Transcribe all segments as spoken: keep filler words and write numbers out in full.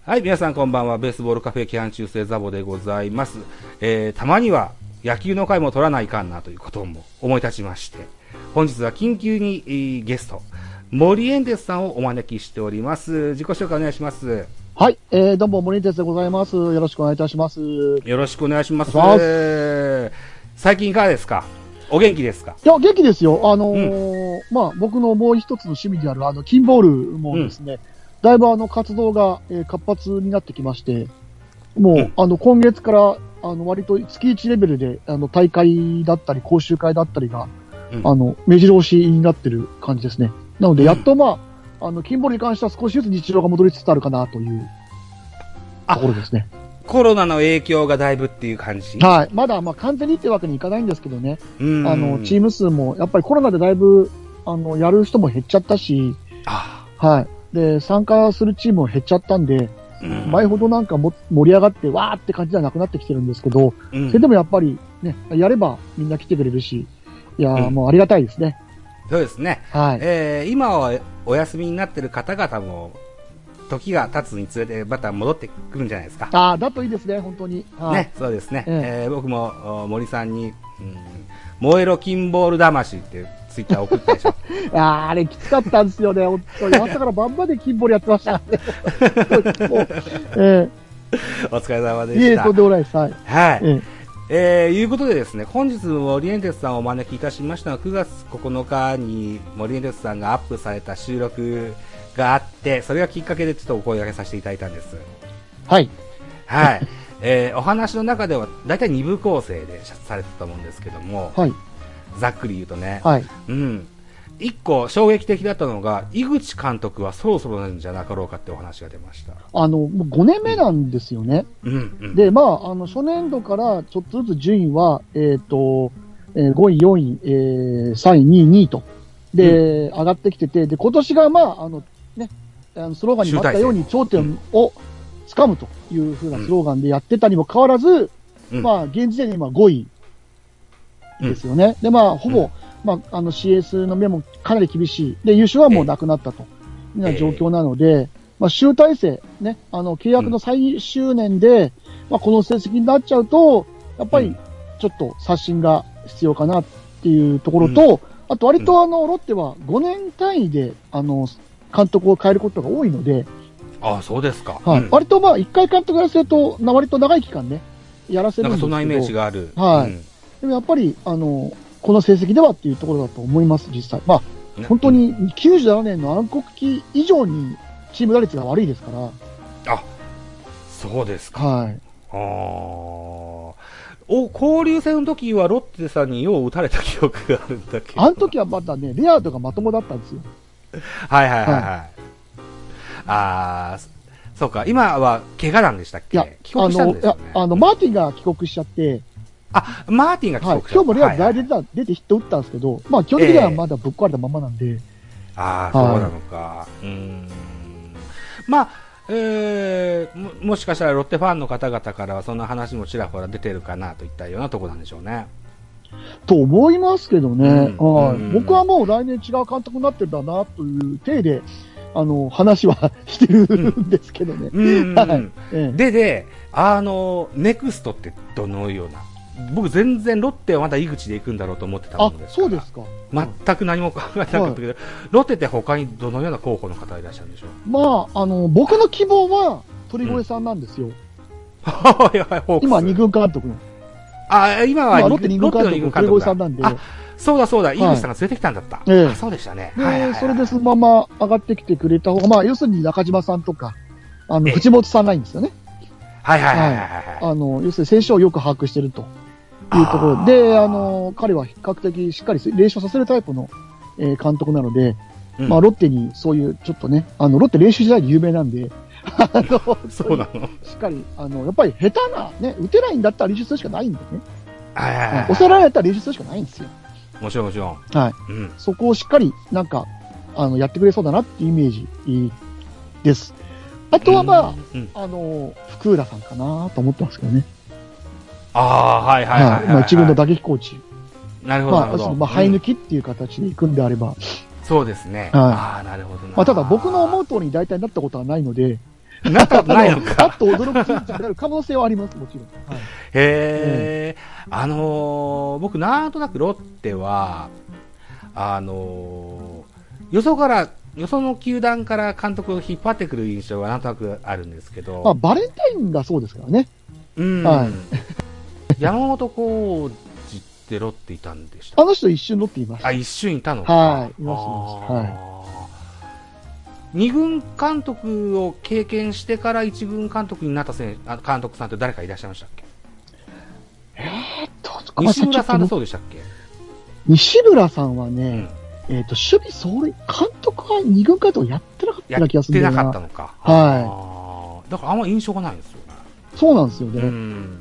はい、皆さんこんばんは。ベースボールカフェ期間中世ザボでございます。えー、たまには野球の回も取らないかんなということも思い立ちまして、本日は緊急に、えー、ゲスト、森エンテスさんをお招きしております。自己紹介お願いします。 はい、えー、どうも森エンテスでございます。よろしくお願いいたします。 よろしくお願いします。ます最近いかがですか？お元気ですか？ いや、元気ですよ。あのーうん、まあ、僕のもう一つの趣味である、あの、キンボールもですね、うん、だいぶあの、活動が、えー、活発になってきまして、もう、うん、あの、今月から、あの、割と月いちレベルで、あの、大会だったり、講習会だったりが、うん、あの、目白押しになってる感じですね。なので、やっとまあ、あの、キンボールに関しては少しずつ日常が戻りつつあるかなというところですね。 コロナの影響がだいぶっていう感じ？ はい。まだ、まあ、完全にってわけにいかないんですけどね。あの、チーム数も、やっぱりコロナでだいぶ、あの、やる人も減っちゃったし、 あはい。で、参加するチームも減っちゃったんで、うん、前ほどなんかも盛り上がって、わーって感じではなくなってきてるんですけど、うん、それでもやっぱりね、やればみんな来てくれるし、いやー、うん、もうありがたいですね。 そうですね。はい。えー、今はお休みになってる方々も、時が経つにつれてまた戻ってくるんじゃないですか。 ああ、だといいですね、本当に。 はい、ね、そうですね。えー、えー、僕も森さんに、うん、燃えろキンボール魂ってツイッター送ったでしょ。 あ, あれきつかったんですよね、本当に。朝から晩までキンボールやってましたからね。もうえー、お疲れ様でした。 いえ、とんでもないです。はい。 はい。えーえー、いうことでですね、本日森エンテスさんをお招きいたしましたのはくがつここのかに森エンテスさんがアップされた収録があって、それがきっかけでちょっとお声掛けさせていただいたんです。 はい。 はい。えー、お話の中ではだいたいに部構成でされてたと思うんですけども、はい。ざっくり言うとね、はい。うん。一個衝撃的だったのが、井口監督はそろそろなんじゃなかろうかってお話が出ました。 あの、もうごねんめなんですよね。うん。うんうん、で、まあ、あの、初年度からちょっとずつ順位は、えっと、えー、ごい、よんい、えー、さんい、にい、にいと。で、うん、上がってきてて、で、今年がまあ、あの、ね、あのスローガンにもあったように頂点を掴むというふうなスローガンでやってたにもかかわらず、うん、まあ、現時点で今ごいですよね。うん、で、まあ、ほぼ、うん、まあ、あの シーエス の目もかなり厳しい。で、優勝はもうなくなったというような状況なので、えー、まあ、集大成、ね、あの、契約の最終年で、うん、まあ、この成績になっちゃうと、やっぱり、ちょっと刷新が必要かなっていうところと、うん、あと割とあの、ロッテはごねん単位で、あの、監督を変えることが多いので、 ああ、そうですか。 はい。うん、割とまあ、一回監督やらせると、割と長い期間ね、やらせるんですけど。 なんかそんなイメージがある。 はい。うん、でもやっぱり、あの、この成績ではっていうところだと思います、実際。まあ、ね、本当にきゅうじゅうななねんの暗黒期以上にチーム打率が悪いですから。 あ、そうですか。 はい。 ああ。お、交流戦の時はロッテさんによう打たれた記憶があるんだけど。 あの時はまだね、レアードがまともだったんですよ。 はいはいはいはい。はい、ああ、そうか。今は怪我なんでしたっけ？いや、帰国したんですよね。 あの、あの、マーティンが帰国しちゃって、 あ、マーティンが帰国した、 はい、今日もレアード出てた、はいはい、出てヒット打ったんですけど、まあ基本的にはまだぶっ壊れたままなんで。えー、 ああ、そうなのか。うーん。まあ、えー、も、もしかしたらロッテファンの方々からはそんな話もちらほら出てるかなといったようなところなんでしょうね。 と思いますけどね、うんはいうん、僕はもう来年違う監督になってんだなという体で、あの、話はしてるんですけどね。 で、で、あの、ネクストってどのような僕全然ロッテはまだ井口で行くんだろうと思ってたものですから。 あ、そうですか。 全く何も考えてなかったけど、はい、ロッテって他にどのような候補の方いらっしゃるんでしょう？ まあ、あの、僕の希望は鳥越さんなんですよ。 はいはい、ホークス。 今、二軍監督の。 あ、今は、 まあ、ロッテ二軍監督の鳥越さんなんで。 あ、そうだそうだ、井口さんが連れてきたんだった。 ええ、 あ、そうでしたね。 で、はいはいはい、それでそのまま上がってきてくれた方が、まあ、要するに中島さんとか、あの、藤本さんないんですよね。 はいはいはいはい、はい。 あの、要するに選手をよく把握してると。いうところで、あの、彼は比較的しっかり練習させるタイプの、えー、監督なので、うん、まあ、ロッテにそういう、ちょっとね、あの、ロッテ練習時代で有名なんで、あの、 そうなのしっかり、あの、やっぱり下手な、ね、打てないんだったら練習するしかないんでね。 はいはいはい、 抑えられたら練習するしかないんですよ。 もちろんもちろん。 はい。うん、そこをしっかり、なんか、あの、やってくれそうだなっていうイメージです。あとはまあ、うんうん、あの、福浦さんかなと思ってますけどね。 ああ、はいはいはい、はい。 まあ、一軍の打撃コーチ。 なるほど。まあ、まあ、生え抜きっていう形で行くんであれば。うん、 そうですね。 はい、 ああ、なるほどな。 まあ、ただ僕の思う通りに大体なったことはないので、 なったことないのか。 あっと驚く事実になる可能性はあります、もちろん。はい、 へー、うん、あのー、僕なんとなくロッテは、あのー、よそから、よその球団から監督を引っ張ってくる印象はなんとなくあるんですけど。 まあ、バレンタインがそうですからね。 うん。はい、山本浩二ってロッテいたんでした。 あの人一瞬ロッテいました。 あ、一瞬いたのか。 はい、いました、いました。はい。 二軍監督を経験してから一軍監督になった選手、監督さんって誰かいらっしゃいましたっけ？ えーっと、 西村さんでそうでしたっけ？ 西村さんはね、うん、えっ、ー、と、守備走塁、監督は二軍監督やってなかったような気がするんだよな。 やってなかったのか。 はい。 だからあんま印象がないんですよね。 そうなんですよね。うんうん、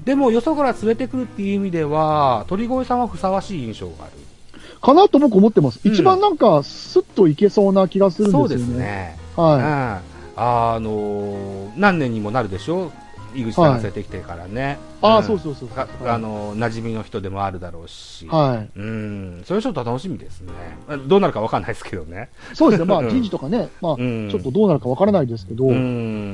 でもよそから連れてくるっていう意味では、鳥越さんはふさわしい印象がある。 かなと僕思ってます。うん、一番なんか、スッといけそうな気がするんですよね。 そうですね。 はい。うん、 あのー、何年にもなるでしょ、井口さんが連れてきてからね。 はい、ああ、うん、そうそうそうそう。 あのー、馴染みの人でもあるだろうし。 はい。 うん。それちょっと楽しみですね。どうなるかわかんないですけどね。 そうですね。まあ、人事とかね、まあ、ちょっとどうなるかわからないですけど。 うん。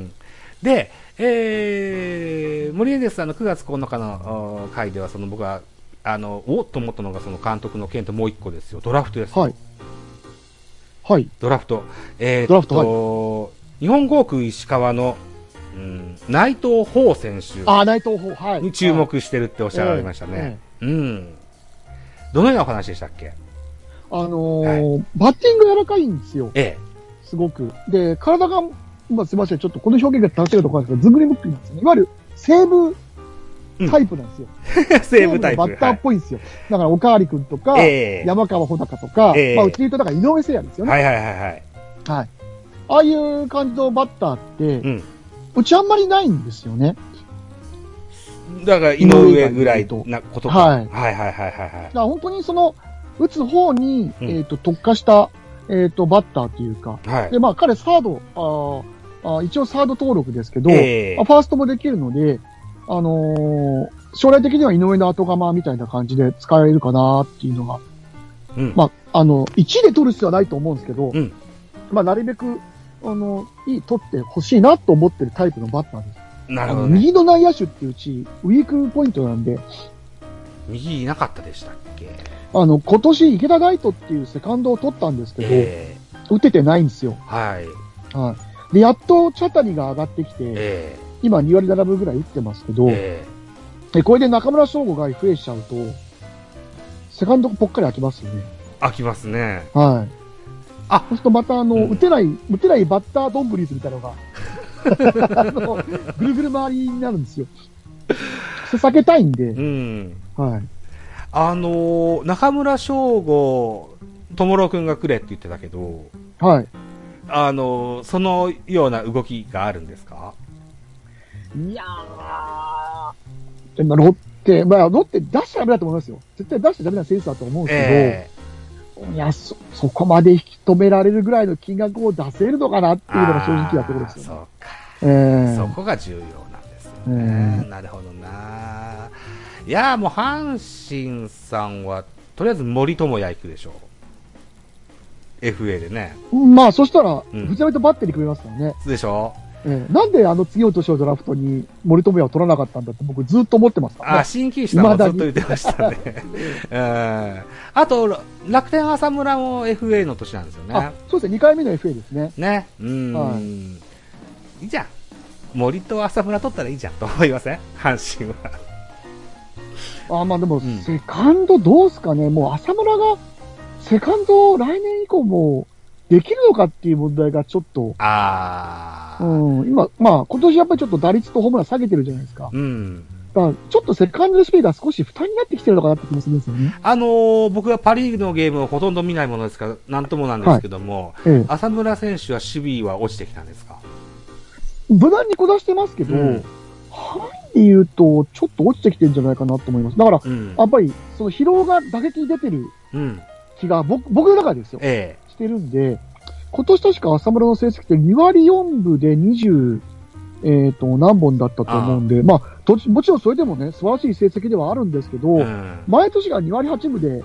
で、えー、森エデスさんのくがつここのかの回では、その僕は、あの、おっと思ったのが、その監督の件ともう一個ですよ。ドラフトです。 はい。はい。 ドラフト。えー、っと、 ドラフト、 はい、日本航空石川の、うん、内藤豊選手。 あ、内藤豊、はい。 に注目してるっておっしゃられましたね。はい、うん。どのようなお話でしたっけ？ あのーはい、バッティング柔らかいんですよ。 ええ。 すごく。で、体が、まあ、すみません。ちょっとこの表現が正しいかと思うんですけど、ずんぐりむっくりなんですよね。いわゆる、西武タイプなんですよ。 うん、西武タイプ。 バッターっぽいんですよ。はい、だから、おかわりくんとか、えー、山川穂高とか、えー、まあ、うちで言うと、だから井上誠也ですよね。 はいはいはいはい。はい。 ああいう感じのバッターって、うん、うちあんまりないんですよね。 だから、井上ぐらいなことか。 はい。 はいはいはいはい。だから本当にその、打つ方に、うん、えっ、ー、と、特化した、えっ、ー、と、バッターというか。はい。で、まあ、彼、サード、ああ一応サード登録ですけど、えー、ファーストもできるので、あのー、将来的には井上の後釜みたいな感じで使えるかなっていうのが。うん。まあ、あの、いちいで取る必要はないと思うんですけど、うん。まあ、なるべく、あの、いい取ってほしいなと思ってるタイプのバッターです。 なるほど、ね。 右の内野手っていううち、ウィークポイントなんで。 右いなかったでしたっけ？ あの、今年池田大斗っていうセカンドを取ったんですけど、えー、打ててないんですよ。 はい。 はい。で、やっと茶谷が上がってきて、えー、今にわりななぶぐらい打ってますけど、えー、でこれで中村翔吾が増えちゃうと、セカンドぽっかり空きますよね。 空きますね。 はい。 あ、 そうするとまたあの、うん、打てない、打てないバッタードンブリーズみたいなのが、あの、ぐるぐる回りになるんですよ。避けたいんで、うん。はい。 あのー、中村翔吾、友郎くんがくれって言ってたけど、 はい。 あのー、そのような動きがあるんですか？ いやー、でもロッテ、まあ、ロッテ出しちゃダメだと思いますよ。絶対出しちゃダメなセンスだと思うんですけど、えー、いや、そ、そこまで引き止められるぐらいの金額を出せるのかなっていうのが正直なところですよね。 そうか。 えー、 そこが重要なんですよね。えー、なるほどな。いやーもう阪神さんは、とりあえず森友哉行くでしょう。エフエー でね。 まあ、そしたら、藤浪とバッテリー組めますからね。 そうでしょ、 えー、なんであの次の年のドラフトに森友哉を取らなかったんだって僕ずっと思ってますからね。 あ、新球種さんもずっと言ってましたね。うん、あと、楽天浅村も エフエー の年なんですよね。 あ、そうですね。にかいめの エフエー ですね。 ね。うん。はい、いいじゃん。森と浅村取ったらいいじゃんと思いません？阪神は。 あ、まあでも、うん、セカンドどうすかね。もう浅村が、セカンド来年以降もできるのかっていう問題がちょっと。 ああ。 うん。今、まあ今年やっぱりちょっと打率とホームラン下げてるじゃないですか。 うん。 だからちょっとセカンドスピードが少し負担になってきてるのかなって気もするんですよね。 あのー、僕はパリーグのゲームをほとんど見ないものですから、なんともなんですけども、はい、ええ、浅村選手は守備は落ちてきたんですか？ 無難にこなしてますけど、うん、範囲で言うと、ちょっと落ちてきてるんじゃないかなと思います。だから、うん、やっぱり、その疲労が打撃に出てる気が、僕、僕の中でですよ、ええ、してるんで、今年確か浅村の成績ってにわりよんぶでにじゅう、えっと、何本だったと思うんで、あまあど、もちろんそれでもね、素晴らしい成績ではあるんですけど、うん、前年がにわりはちぶで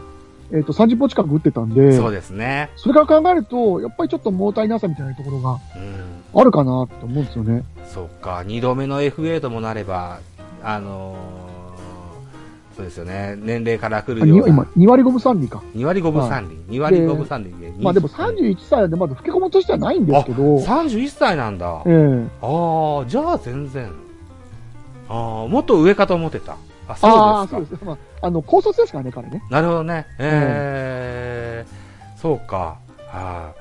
えっと、さんじゅっぽん近く打ってたんで、 そうですね。 それから考えると、やっぱりちょっと物足りなさみたいなところがあるかなって思うんですよね。 うん、そうか、にどめの エフエー ともなれば、あのー、そうですよね、年齢から来るような。 今、に割ごぶさん厘か。 に割ごぶさん厘。に割ごぶさん厘で。 まあでもさんじゅういっさいでまだ老け込むとしてはないんですけど。 さんじゅういっさいなんだ。 ええああ、じゃあ全然。ああ、もっと上かと思ってた。あ、そうですか。 ああ、そうです。まあ、あの、高卒ですからね、彼ね。 なるほどね。ええー、そうか。はい、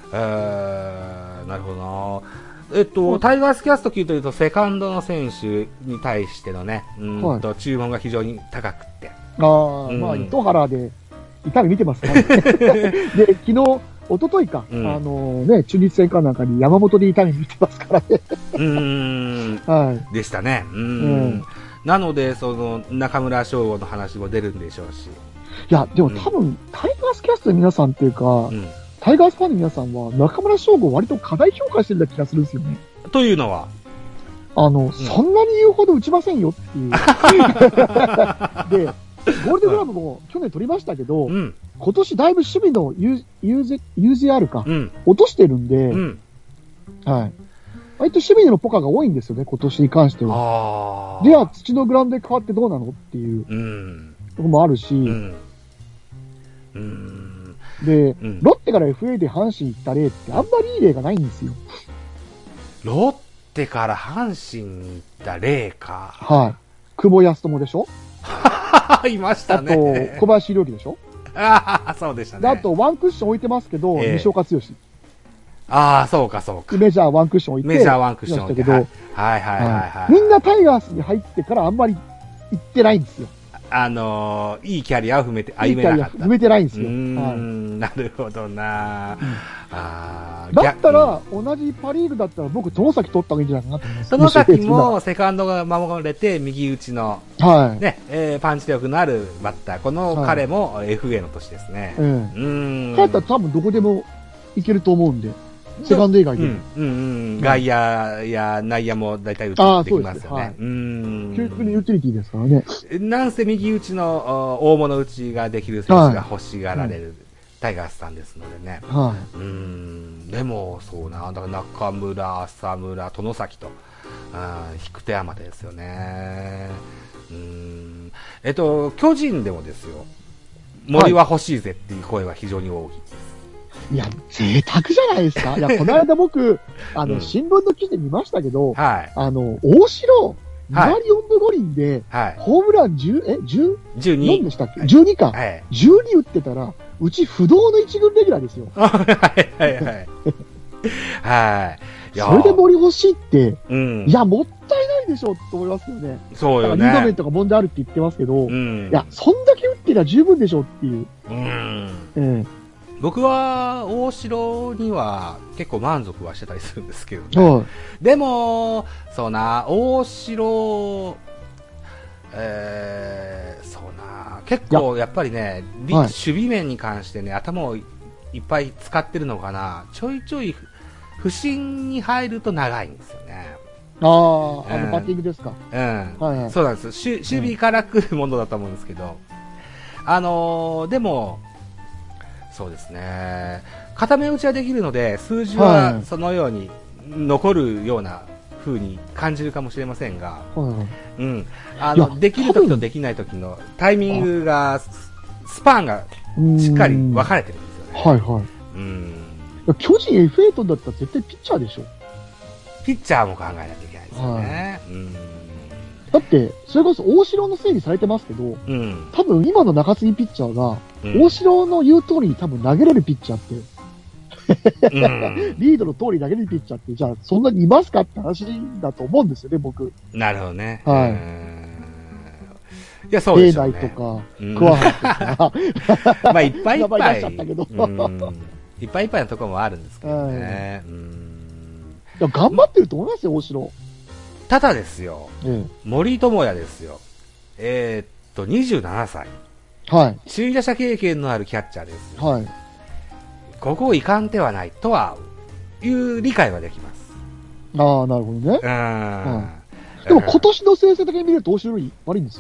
あ、えー、なるほどな。えっと、タイガースキャスト聞いてると、セカンドの選手に対してのね、うんと、はい、注文が非常に高くって。 ああ、うん、まあ、糸原で、痛み見てますからね。で、昨日、一昨日か、うん、あのね、中日戦かなんかに山本で痛み見てますからね。 うーん。はい。でしたね。うん。うんなので、その、中村翔吾の話も出るんでしょうし。いや、でも多分、うん、タイガースキャストの皆さんっていうか、うん、タイガースファンの皆さんは、中村翔吾を割と過大評価してるような気がするんですよね。 というのはあの、うん、そんなに言うほど打ちませんよっていう。で、ゴールデングラブも去年取りましたけど、うん、今年だいぶ守備の ユーゼーアール か、うん、落としてるんで、うん、はい。割と守備でのポカが多いんですよね、今年に関しては。じゃあ、土のグラウンドで変わってどうなのっていうところもあるし、うんうん、で、うん、ロッテから エフエー で阪神行った例ってあんまりいい例がないんですよ。 ロッテから阪神に行った例か。 はい。久保康友でしょいましたね。 あと、小林亮希でしょああ、そうでしたね。 で、あと、ワンクッション置いてますけど、えー、西岡剛。 ああ、そうか、そうか。 メジャーワンクッション置いて。 メジャーワンクッション置いて。 はいはいはいはい、はい。 みんなタイガースに入ってからあんまり行ってないんですよ。 あのー、いいキャリアを踏めて、歩めなかった。いいキャリア踏めてないんですよ。 うーん、はい、なるほどな、うん、 あだったら、うん、同じパリーグだったら僕、外崎取った方がいいんじゃないかなと思います。 外崎もセカンドが守れて、右打ちの、はい。ね、えー、パンチ力のあるバッター。この彼も エフエー の年ですね。はい、うん。うん。 彼だったら多分どこでもいけると思うんで。セカンド以外で。うん、 うん、うん。外野や内野も大体打ってきますよね。うん。 究極にユーティリティですからね。 なんせ右打ちの大物打ちができる選手が欲しがられる、はい、タイガースさんですのでね。はい。うん。でも、そうな、だから中村、浅村、外崎と、あ引く手あまたですよね。うん。えっと、巨人でもですよ。森は欲しいぜっていう声は非常に大きいです。 いや、贅沢じゃないですか。いや、この間僕、あの、うん、新聞の記事で見ましたけど、はい。あの、大城、に割よんぶご厘で、はい。ホームランじゅう、え、じゅう? じゅうに。 何でしたっけ ?じゅうに か。はい。じゅうに打ってたら、うち不動の一軍レギュラーですよ。 はいはいはい。はい。 それで森欲しいって、うん。いや、もったいないでしょと思いますよね。 そうよね。 リード面とか問題あるって言ってますけど、うん。いや、そんだけ打ってりゃ十分でしょっていう。うん。ええ。 僕は大城には結構満足はしてたりするんですけどね。はい、でも、そうな、大城、えー、そうな、結構やっぱりね、はい、守備面に関してね、頭をいっぱい使ってるのかな、ちょいちょい不振に入ると長いんですよね。 ああ、うん、あのバッティングですか。 うん。はいはい、そうなんです。守備から来るものだと思うんですけど、うん、あのー、でも、そうですね。固め打ちはできるので、数字はそのように残るような風に感じるかもしれませんが、はい、うん。あの、できる時とできない時のタイミングが、スパンがしっかり分かれてるんですよね。 はいはい。うん。巨人 エフエー だったら絶対ピッチャーでしょ。 ピッチャーも考えなきゃいけないですよね。はい、うん。 だって、それこそ大城のせいにされてますけど、うん、多分今の中継ぎピッチャーが、うん、大城の言う通りに多分投げれるピッチャーって、うん、リードの通り投げれるピッチャーって、じゃあそんなにいますかって話だと思うんですよね、僕。 なるほどね。 はい。 いや、そうですね。 平内とか、桑原とか。 まあ、いっぱいいっぱい。 出しちゃったけど。 いっぱいいっぱいのところもあるんですけどね。うん、 いや頑張ってると思いますよ、大城。 ただですよ、うん、森友哉ですよ。えー、っと、にじゅうななさい。 はい。 首位打者経験のあるキャッチャーです。 はい。 ここをいかんではないとは、いう理解はできます。 ああ、なるほどね。 うん。 でも今年の成績的に見ると大城より悪いんですよ。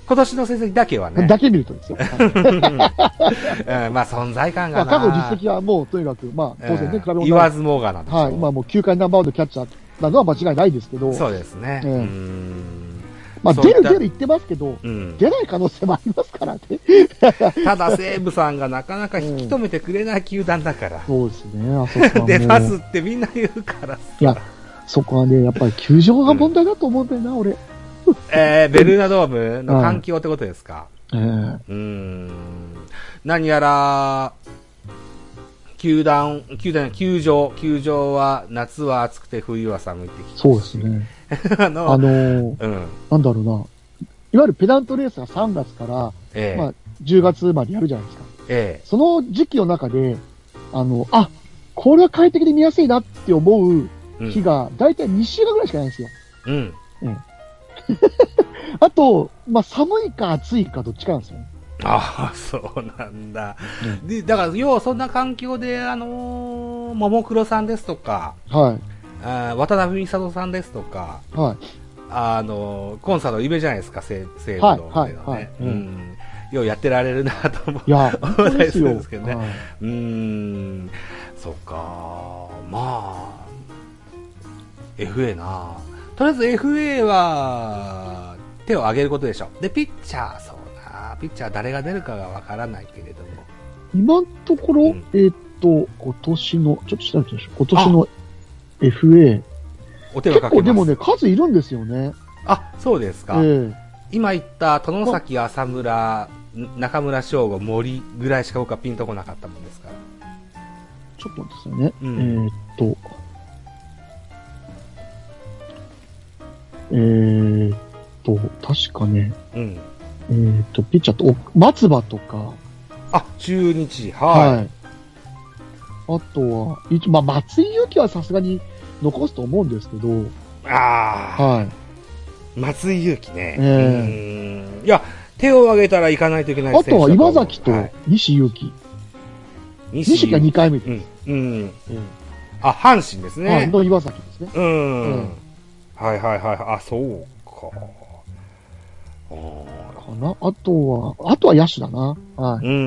今年の成績だけはね。 だけ見るとですよ。はいうん、まあ存在感がな。 まあ過去実績はもうとにかく、まあ当然ね、比べ物言わずもがなでしょ。 はい。まあもうきゅうかいナンバーワンのキャッチャーなのは間違いないですけど。 そうですね。 えー、 うーんまあ出る出る言ってますけど、 うん、 出ない可能性もありますからね。 ただ西武さんがなかなか引き止めてくれない球団だから。 うん、そうですね、あそこはもう。 出ますってみんな言うからさ。 いや、そこはね、やっぱり球場が問題だと思うんだよな、うん、俺。 えー、ベルーナドームの環境ってことですか。 ええー、 うーん。何やら、球団、球団、球場、球場は夏は暑くて冬は寒いって聞きます。 そうですね。 あの、 あのー、うん、なんだろうな。いわゆるペナントレースがさんがつから、ええ、まあ、じゅうがつまでやるじゃないですか。ええ、その時期の中で、あの、あ、これは快適で見やすいなって思う日が、だいたいにしゅうかんぐらいしかないんですよ。うん。うん、あと、まあ、寒いか暑いかどっちかなんですよね。 ああ、そうなんだ。うん、で、だから、要はそんな環境で、あのー、ももクロさんですとか、はい。あ渡辺美里さんですとか、はい。あの、コンサート有名じゃないですか、西武の、ね。はい、はい、はい。うん。ようやってられるなと思ったりするんですけどね。はい、うーん、そっか、まあ、エフエー な。とりあえず エフエー は手を挙げることでしょ。で、ピッチャー、そうな。ピッチャー誰が出るかがわからないけれども。 今のところ、うん、えー、っと、今年の、ちょっと調べてみましょう。今年の エフエー。 お手がかけます。 結構でもね、数いるんですよね。 あ、そうですか。えー、今言った殿崎、浅村、中村翔吾、森ぐらいしか僕はピンとこなかったもんですから。 ちょっとですよね。うん、えー、っと、えー、っと、確かね、うん、えー、っと、ピッチャーと、松葉とか。 あ、中日、はい。はい、 あとは、一まあ、松井裕樹はさすがに残すと思うんですけど。 ああ。はい。松井裕樹ね。えー、うん。いや、手を挙げたら行かないといけない選手だと。あとは岩崎と西勇輝。はい、西勇輝がにかいめです。うん。うん。うん、 あ、阪神ですね。 はい、の岩崎ですね。 うん。うん、はいはいはい。あ、そうか。 かな。あとは、あとは野手だな。はい。うん。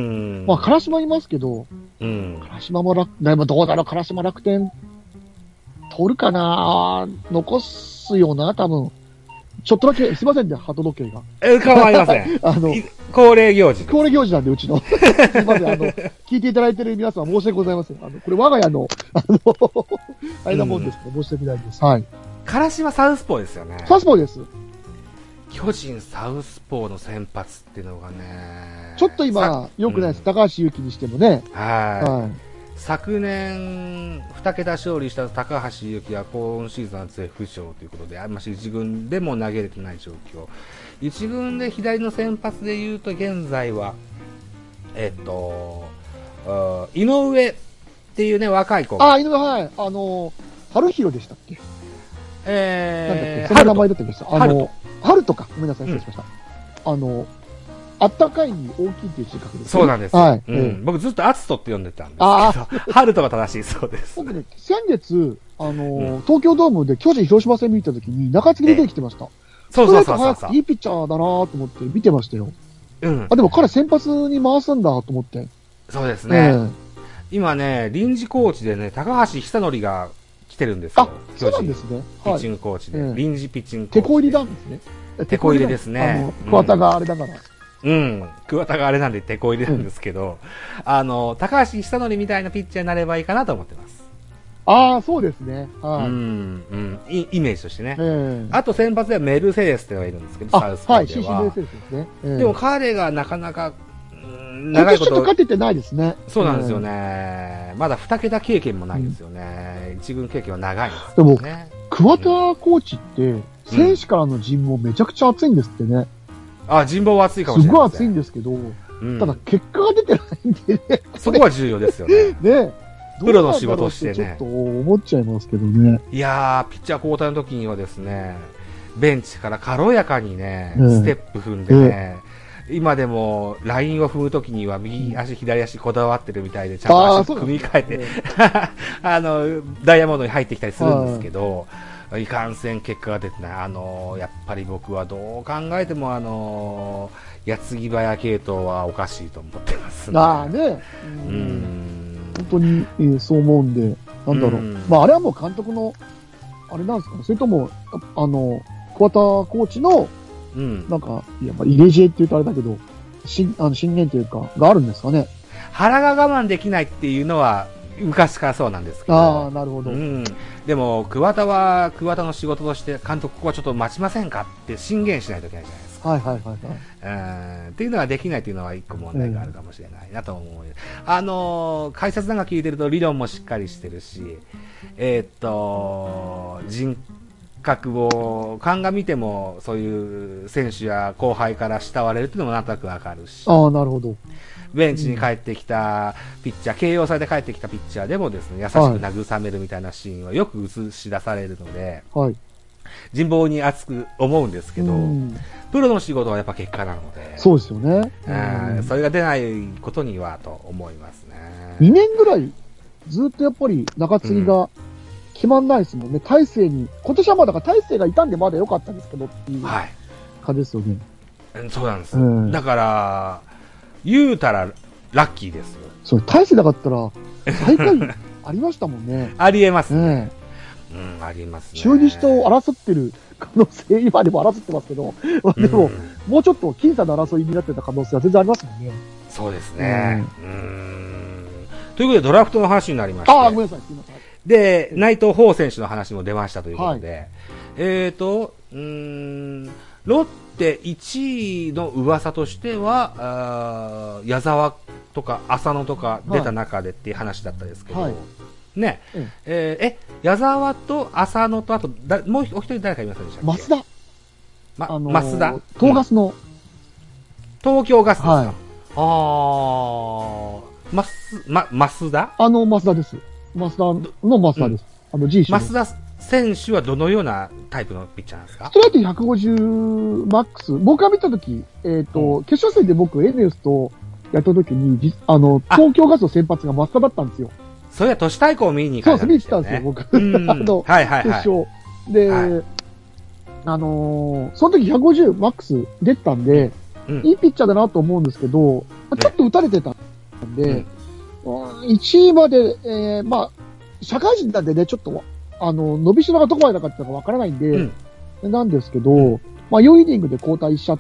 まあ、唐島いますけど、うん。唐島も楽、でもどうだろう、唐島楽天、取るかな残すよな、多分。ちょっとだけ、すいませんね、鳩時計が。 え、かまいません。あの、恒例行事。 恒例行事なんで、うちの。すいません、あの、聞いていただいている皆さん申し訳ございません。あの、これ我が家の、あの、あれなもんですけど、申し訳ないです。はい。 唐島サウスポーですよね。 サウスポーです。 巨人サウスポーの先発っていうのがね。 ちょっと今、良くないです。うん、高橋優希にしてもね。 はい。はい。昨年、二桁勝利した高橋優希は今シーズンは絶不調ということで、あんまし一軍でも投げれてない状況。一軍で左の先発で言うと、現在は、えっと、井上っていうね、若い子が。 あ、井上、はい。あの、春広でしたっけ？ えー、 なんだっけ、その名前だったんですよ。あの、春とか。ごめんなさい、失礼しました。うん、あの、あったかいに大きいっていう字書くんです、ね、 そうなんです。はい。うん。えー、僕ずっとアツトって呼んでたんですけど、あ春とが正しいそうです。 僕ね、先月、あのーうん、東京ドームで巨人広島戦見たときに中継ぎで出てきてました。えー、 そうそうそうそうそう。 いいピッチャーだなと思って見てましたよ。うん。あ、でも彼先発に回すんだと思って。 そうですね。えー、今ね、臨時コーチでね、高橋久典が来てるんですよ。 あ、そうなんですね。 ピッチングコーチで。はい、臨時ピッチングコーチで。手こ入りなんですね。 手こ入れですね。 あの、桑田があれだから。 うん。桑田があれなんで手こ入れなんですけど、うん、あの、高橋久典みたいなピッチャーになればいいかなと思ってます。 ああ、そうですね。 はい。うん、うん。イメージとしてね。えー、あと先発ではメルセデスってのがいるんですけど、サウスポーでは。はい、シーシー メルセデスですね。えー、でも彼がなかなか、 長いこと。ちょっと勝ててないですね。 そうなんですよね。まだ二桁経験もないんですよね。一、うん、軍経験は長いんですよね。でも、 桑田コーチって、選手からの人望めちゃくちゃ熱いんですってね。 あ、人望は熱いかもしれないですね。すごい熱いんですけど、うん、ただ結果が出てないんでね。 そこは重要ですよね。 ね。 プロの仕事をしてね。ちょっと思っちゃいますけどね。 いやー、ピッチャー交代の時にはですね、ベンチから軽やかにね、えー、ステップ踏んでね、えー、今でもラインを踏む時には右足、左足こだわってるみたいで、ちゃんと足組み替えて、あの、ダイヤモンドに入ってきたりするんですけど、 いかんせん結果が出てない。あのー、やっぱり僕はどう考えてもあのー、矢継ぎ早系統はおかしいと思ってますね。 ああね。うん。本当に、えー、そう思うんで、なんだろう。まあ、あれはもう監督の、あれなんですかね。それとも、あの、桑田コーチの、うん、なんか、いや、まあ、入れ知恵って言うとあれだけど、しあの信念というか、があるんですかね。 腹が我慢できないっていうのは、昔からそうなんですけど。 ああ、なるほど。 うん。でも、桑田は、桑田の仕事として、監督、ここはちょっと待ちませんかって進言しないといけないじゃないですか。 はいはいはいはい。 うん。っていうのはできないというのは一個問題があるかもしれないなと思う。うん、あのー、解説なんか聞いてると理論もしっかりしてるし、えー、っと、人格を、鑑みても、そういう選手や後輩から慕われるっていうのもなんとなくわかるし。 ああ、なるほど。 ベンチに帰ってきたピッチャー、慶応されて帰ってきたピッチャーでもですね、優しく慰めるみたいなシーンはよく映し出されるので、はい、人望に熱く思うんですけど、プロの仕事はやっぱ結果なので、 そうですよね。 うん、それが出ないことにはと思いますね。 にねんぐらいずっとやっぱり中継ぎが決まんないですもんね。大勢に、今年はまだから大勢がいたんでまだ良かったんですけどっていう感じですよね。 はい、そうなんです。うん、だから、言うたらラッキーですよ。 そう、大勢なかったら、最下位ありましたもんね。 ありえますね。うん、ありますね。 中日と争ってる可能性、今でも争ってますけど、でも、うん、もうちょっと僅差の争いになってた可能性は全然ありますもんね。 そうですね。うん。うんということで、ドラフトの話になりました。 ああ、ごめんなさい、すみません。 で、内藤芳選手の話も出ましたということで、はい、えっと、うーん、ロッテいちいの噂としては、あ矢沢とか浅野とか出た中でっていう話だったですけど、はい、ね、うん、えー、え、矢沢と浅野とあとだもうお一人誰かいませんでしたっけ？ 増田。 ま、あのー、増田東ガスの、うん、 東京ガスですか？はい、あー、マス、ま、増田あの、増田です。増田の増田です。うん、あの G 増田選手はどのようなタイプのピッチャーなんですか？ ストレートひゃくごじゅうマックス。僕が見たとき、えっ、ー、と、うん、決勝戦で僕、エネオスとやったときに、あの、東京ガスの先発が増田だったんですよ。 それは都市対抗見に行かれたんですよね。 そうです、見に行ったんですよ、僕。あの、はいはいはい、決勝。で、はい、あのー、その時ひゃくごじゅうマックス出てたんで、うん、いいピッチャーだなと思うんですけど、ちょっと打たれてたんで、うん、いちいまで、えー、まあ、社会人なんでね、ちょっと、あの、伸びしろがどこまでだかっていうのがわからないんで、うん、なんですけど、うん、まあ、よんイニングで交代しちゃって、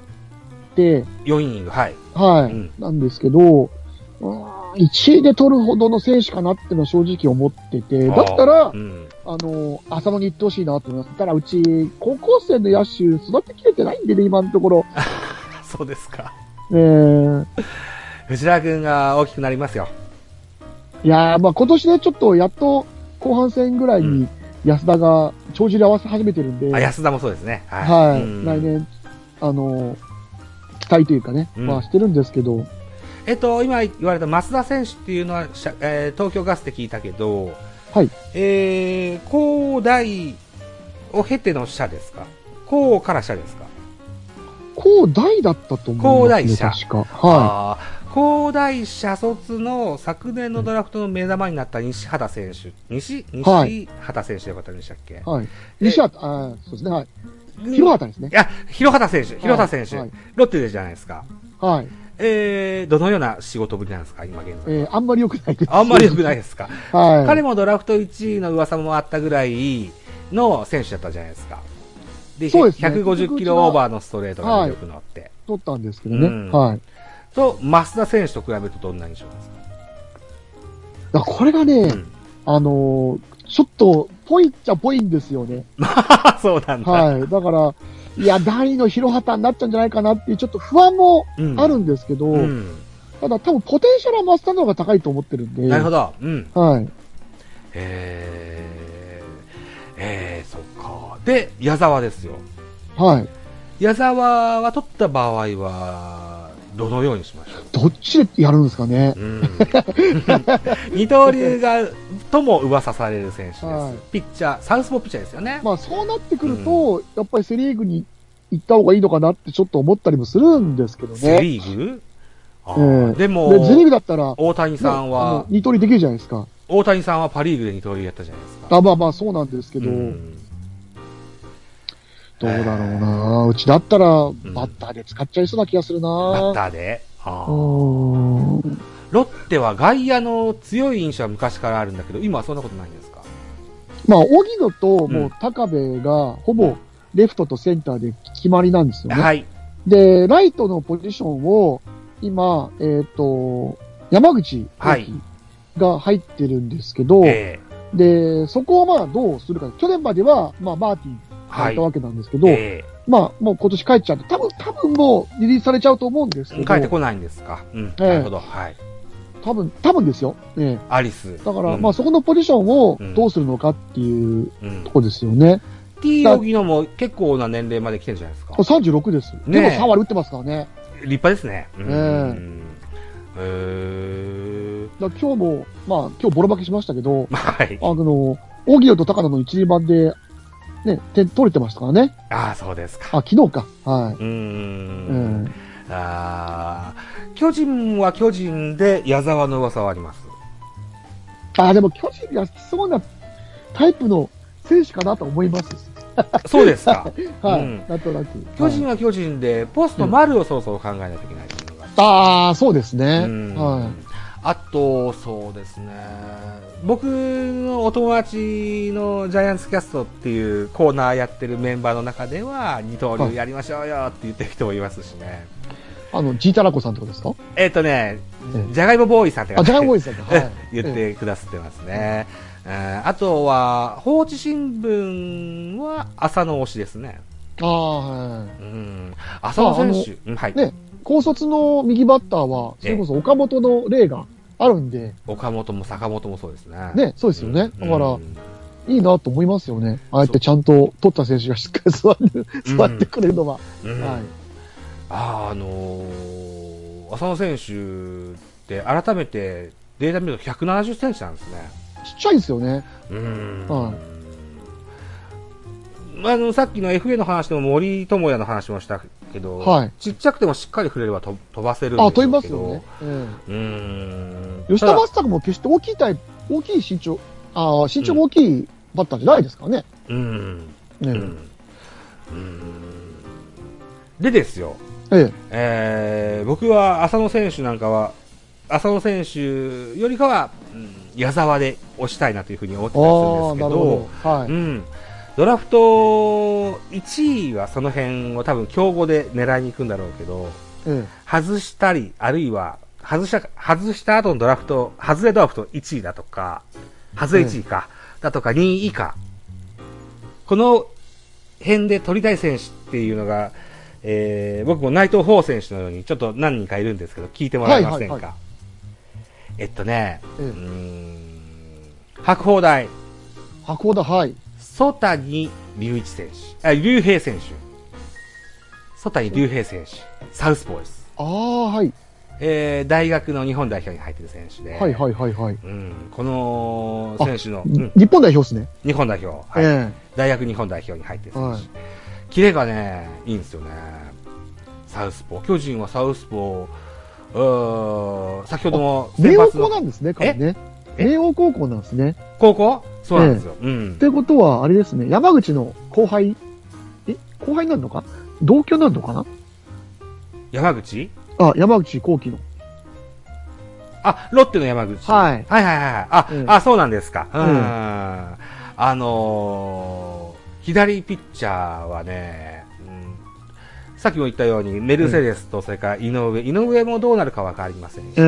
よんイニング、はい。 はい。うん、なんですけど、いちいで取るほどの選手かなっていうのは正直思ってて、だったら、うん、あの、浅野に行ってほしいなと思います。ただ、うち、高校生の野手育てきれてないんでね、今のところ。 そうですか。 えー、 藤原君が大きくなりますよ。 いやー、まあ今年ね、ちょっとやっと後半戦ぐらいに安田が帳尻合わせ始めてるんで。 うん、あ、安田もそうですね。 はい。はい、来年、あの、期待というかね、うん、まあしてるんですけど。 えっと、今言われた増田選手っていうのは、えー、東京ガスって聞いたけど、 はい。 えー、高大を経ての社ですか？高から社ですか？ 高大だったと思います、ね。 高大社。 確か。はい。 高大社卒の昨年のドラフトの目玉になった西畑選手。西西畑選手でよかったんでしたっけ？ はい。西畑、あそうですね。はい。広畑ですね。 いや、広畑選手。広畑選手。はい、ロッテでじゃないですか。 はい。 えー、どのような仕事ぶりなんですか、今現在。 えー、あんまり良くないです。 あんまり良くないですか。 はい。 彼もドラフトいちいの噂もあったぐらいの選手だったじゃないですか。で、そうですね、ひゃくごじゅっキロオーバーのストレートがよく乗って。はい、 取ったんですけどね。うん、はい。 と、増田選手と比べるとどんな印象ですか？これがね、うん、あのー、ちょっと、ぽいっちゃぽいんですよね。 そうなんだ。 はい。だから、いや、大の広畑になっちゃうんじゃないかなっていう、ちょっと不安もあるんですけど、うんうん、ただ多分ポテンシャルは増田の方が高いと思ってるんで。 なるほど。うん。 はい。 えー、えー、そっか。で、矢沢ですよ。 はい。 矢沢は取った場合は、どのようにしましょう？ どっちでやるんですかね。うん、 二刀流が、とも噂される選手です。はい、ピッチャー、サウスポーピッチャーですよね。 まあそうなってくると、うん、やっぱりセリーグに行った方がいいのかなってちょっと思ったりもするんですけどね。 セリーグ？あえー、 でも、 で、セリーグだったら、 大谷さんは、 二刀流できるじゃないですか。 大谷さんはパリーグで二刀流やったじゃないですか。 あ、まあまあそうなんですけど、うん、 どうだろうな、うちだったら、バッターで使っちゃいそうな気がするな、うん、 バッターであロッテは外野の強い印象は昔からあるんだけど、今はそんなことないんですか？ まあ、荻野と、もう、高部が、ほぼ、レフトとセンターで決まりなんですよね。はい。で、ライトのポジションを、今、えっと、山口が入ってるんですけど、えー、で、そこをまあ、どうするか。去年までは、まあ、マーティンがいたわけなんですけど、はい、えー、まあ、もう今年帰っちゃって、多分、多分もう、リリースされちゃうと思うんですけど。 帰ってこないんですか。うん。えー、なるほど。はい。 多分、多分ですよ。ね、 アリス。 だから、うん、まあそこのポジションをどうするのかっていうとこですよね。 うん、T 荻野も結構な年齢まで来てるんじゃないですか。 さんじゅうろくです。ね、でもさん割打ってますからね。 立派ですね。 うん。えー、だ今日も、まあ今日ボロ負けしましたけど、はい。あの、荻野と高野の一、二番で、ね、点取れてましたからね。 ああ、そうですか。 あ、昨日か。はい。うーん。 うんあ巨人は巨人で矢沢の噂はあります。 ああ、でも巨人が好きそうなタイプの選手かなと思います。 そうですか。 はい、うん、なんとなく。 巨人は巨人で、ポスト丸をそろそろ考えないといけないっていうのが、うん、 ああ、そうですね。はい。 あと、そうですね。僕のお友達のジャイアンツキャストっていうコーナーやってるメンバーの中では、二刀流やりましょうよって言ってる人もいますしね。 あの、ジータラコさんってことですか？ えっとね、じゃがいもボーイさんってあ、じゃがいもボーイさんはい、言ってくださってますね。えー、あとは、放置新聞は朝の推しですね。 ああ、はい。 うん。朝の選手、うん、はい。 ね、高卒の右バッターは、それこそ岡本の例があるんで。 岡本も坂本もそうですね。 ね、そうですよね。だから、いいなと思いますよね。ああやってちゃんと取った選手がしっかり座る、座ってくれるのは。うん、はい。 あのー、浅野選手って改めてデータ見るとひゃくななじゅっセンチなんですね。 ちっちゃいですよね。 うん。はい。あの、さっきの エフエー の話でも森友哉の話もしたけど、はい、ちっちゃくてもしっかり振れれば飛ばせるんですけど。あ、 飛びますよね。うん。うん。吉田正尚も決して大きいタイプ、大きい身長、あ身長も大きいバッターじゃないですからね。うん。ね、うん。うん。 でですよ。えええー、僕は浅野選手なんかは浅野選手よりかは、うん、矢沢で押したいなというふうに思ってたりするんですけど、はい、うん、ドラフトいちいはその辺を多分競合で狙いに行くんだろうけど、うん、外したりあるいは外した外した後のドラフト外れドラフトいちいだとか外れいちいか、うん、だとかにい以下この辺で取りたい選手っていうのがえー、僕も内藤豊選手のようにちょっと何人かいるんですけど聞いてもらえませんか？はいはいはい、えっとね、うん、うーん白鵬大白鵬大はい曽谷龍一選手あ龍平選手曽谷龍平選手サウスポーです。 ああはい、 えー、大学の日本代表に入ってる選手ではいはいはいはい、 うん、この選手の、うん、 日本代表ですね。 日本代表、はい、えー、大学日本代表に入ってる選手、はい、キレがね、いいんですよね。サウスポー。巨人はサウスポー、先ほども明桜高なんですね、彼ね。明桜高校なんですね。 高校そうなんですよ。ええ、うん。 ってことは、あれですね、山口の後輩、え後輩になるのか同居になるのかな山口あ、山口幸喜の。 あ、ロッテの山口。 はい。 はいはいはい。あ、ええ、あ、そうなんですか。うん。うん、あのー、左ピッチャーはね、うん、さっきも言ったようにメルセデスとそれから井上、井上もどうなるかわかりませんし、うん、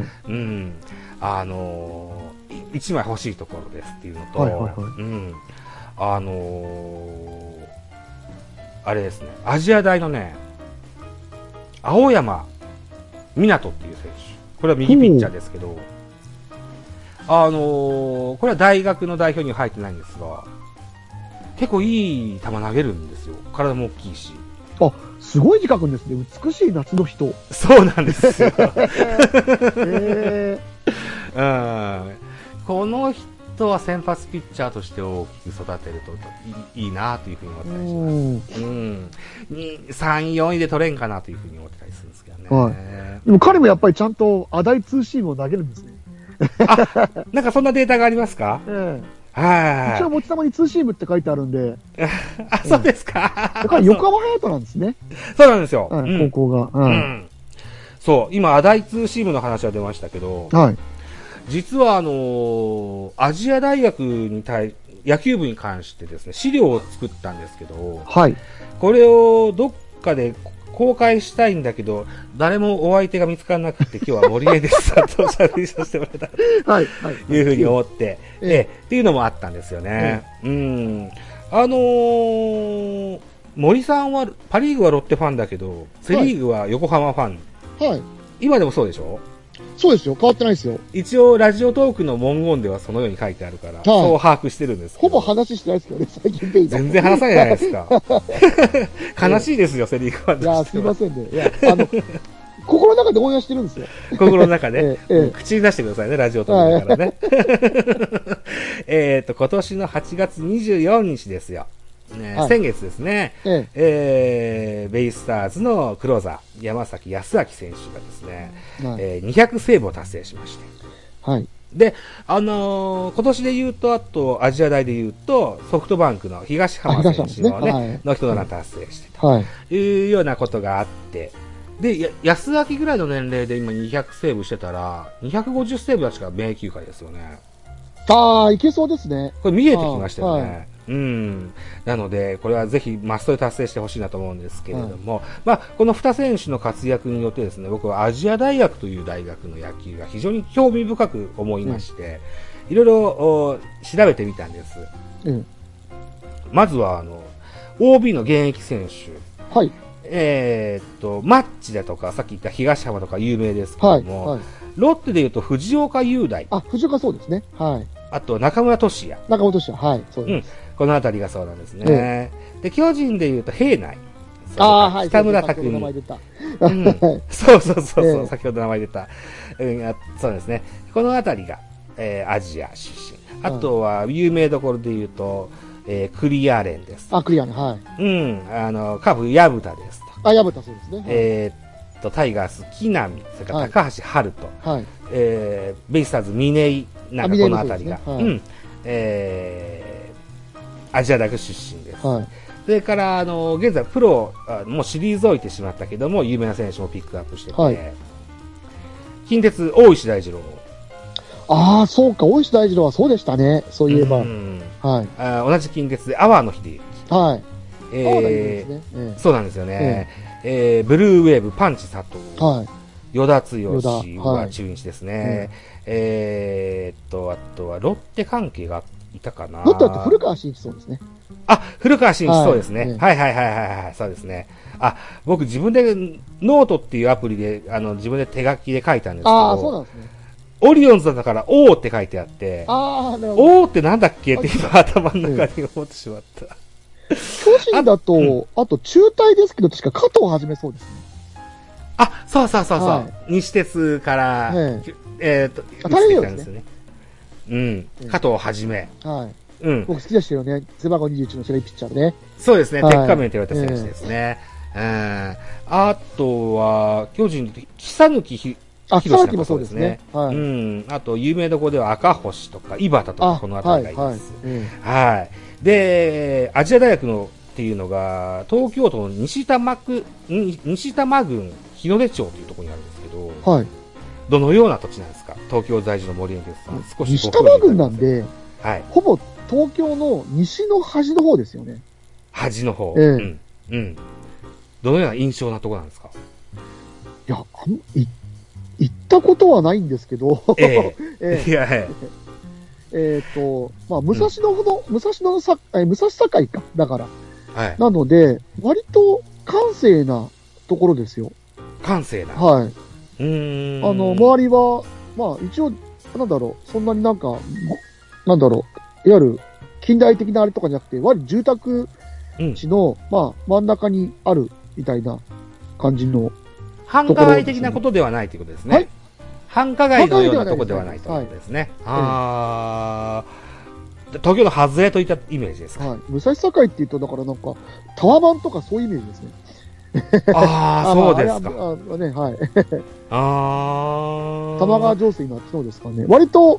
うん、あのー、一枚欲しいところですっていうのと、はいはいはい、うん、あのー、あれですね、アジア大のね、青山湊っていう選手、これは右ピッチャーですけど、あのー、これは大学の代表には入ってないんですが、結構いい球投げるんですよ。体も大きいし。 あ、すごい字書くんですね。美しい夏の人。 そうなんですよ。えー、うん。この人は先発ピッチャーとして大きく育てるといい、いいなというふうに思ったりします。うん。に、さん、よんいで取れんかなというふうに思ってたりするんですけどね。 はい。でも彼もやっぱりちゃんとアダイツーシームを投げるんですね。 あ、なんかそんなデータがありますか？ええはい。 一応持ち玉にツーシームって書いてあるんで。 あ、そうですか。 だから横浜隼人なんですね。 そうなんですよ。 はい、高校が。 うん。そう、今、アダイツーシームの話が出ましたけど、 はい。 実は、あのー、アジア大学に対、野球部に関してですね、資料を作ったんですけど、 はい。 これをどっかで公開したいんだけど、誰もお相手が見つからなくて、今日は森江ですさんとおしゃべりさせてもらえたと、はい。はい。いうふうに思って、ええ、っていうのもあったんですよね。ええ、うん。あのー、森さんは、パリーグはロッテファンだけど、セリーグは横浜ファン。はい。今でもそうでしょ？ そうですよ。変わってないですよ。 一応、ラジオトークの文言ではそのように書いてあるから、はい、そう把握してるんですけど。 ほぼ話してないですけどね、最近ペイ全然話さないじゃないですか。悲しいですよ、セリーグファンとしては。 いや、すいませんね。いや、あの、心の中で応援してるんですよ。 心の中で、ええええ、口に出してくださいね、ラジオトークだからね。えっと、今年のはちがつにじゅうよっかですよ。ね、はい、先月ですね、えええー、ベイスターズのクローザー、山崎康明選手がですね、はい、えー、にひゃくセーブを達成しまして。はい。で、あのー、今年で言うと、あと、アジア大で言うと、ソフトバンクの東浜選手のね、ねはい、の人の達成してと、はい、いうようなことがあって、で、安明ぐらいの年齢で今にひゃくセーブしてたら、にひゃくごじゅうセーブはしか名球会ですよね。 ああ、いけそうですね。 これ見えてきましたよね。はい、うん。なので、これはぜひマストで達成してほしいなと思うんですけれども、はい、まあ、このに選手の活躍によってですね、僕はアジア大学という大学の野球が非常に興味深く思いまして、いろいろ調べてみたんです。うん、まずは、あの、オービー の現役選手。はい。えー、っと、マッチだとか、さっき言った東浜とか有名ですけども、はいはい、ロッテで言うと藤岡雄大。 あ、藤岡そうですね。はい。 あと中村俊也。 中村俊也、はい。そうです。 うん。このあたりがそうなんですね。うん、で、巨人で言うと平内。 ああ、はい。 北村拓海。うん、そうそうそうそう、えー、先ほど名前出た。うん、そうですね。このあたりが、えー、アジア出身。あとは、有名どころで言うと、えー、クリアレンです。 あ、クリアレン、はい。 うん。あの、カブ、ヤブタですと。 あ、ヤブタそうですね。はい、 えー、っと、タイガース、木浪、それから高橋遥人。はい。えー、ベイスターズ、峰井、なんかこのあたりが。ねはい、うん。えー、アジア大学出身です。はい。それから、あの、現在、プロ、もう退いてしまったけども、有名な選手もピックアップしてて、はい、近鉄、大石大二郎。 ああ、そうか、大石大二郎はそうでしたね、そういえば。はい。 あ同じ近鉄で、阿波野秀幸。はい。 えー、ねえー、そうなんですよね。えー、えー、ブルーウェーブ、パンチ佐藤。はい。与田剛は中日ですね。はい、えーっと、あとは、ロッテ関係がいたかな。 ロッテだと古川慎一そうですね。 あ、古川慎一そうですね。はい、はい、はいはいはいはい、そうですね。あ、僕自分でノートっていうアプリで、あの、自分で手書きで書いたんですけど。 ああ、そうなんですね。 オリオンズだから O って書いてあって、 ああ、なるほど。 O ってなんだっけって今頭の中に思ってしまった。 巨人だと、あ,、うん、あと中退ですけど、確か加藤はじめそうですね。 あ、そうそうそうそう。はい、西鉄から、えー、えー、っと、移ってきたんですよね。うん。加藤はじめ。はい。うん。 僕好きでしたよね。背番号にじゅういちの白いピッチャーでね。 そうですね。はい、鉄仮面と言われた選手ですね。えー、うん。あとは、巨人で、久抜ひ、 あ、久抜もそうですね。 はい。うん。あと、有名どころでは赤星とか、井端とか、この辺りがいいです。はい。はいうんはい、で、アジア大学のっていうのが、東京都の西多摩区、西多摩郡日の出町というところにあるんですけど、はい。どのような土地なんですか？東京在住の森山さん。 少し西多摩郡なんで、はい。ほぼ東京の西の端の方ですよね。 端の方。ええ、うん。うん。どのような印象なところなんですか？ いや、あん、い、行ったことはないんですけど、ええ。ええ、いや、ええ。えっと、まあ、武蔵野ほど、うん、武蔵野のさ、え、武蔵境か、だから。はい。なので、割と閑静なところですよ。 閑静な。 はい。うーん。あの、周りは、まあ、一応、なんだろう、そんなになんか、なんだろう、いわゆる、近代的なあれとかじゃなくて、割と住宅地の、うん、まあ、真ん中にある、みたいな感じの、 繁華街的なことではないということですね。はい。繁華街のようなところではないということですね。はい、あー、東京の外れといったイメージですか。はい。 武蔵境って言うと、だからなんか、タワマンとかそういうイメージですね。 ああ、そうですか。 あね、はい。 ああ。 玉川上水のあっちのですかね。割と、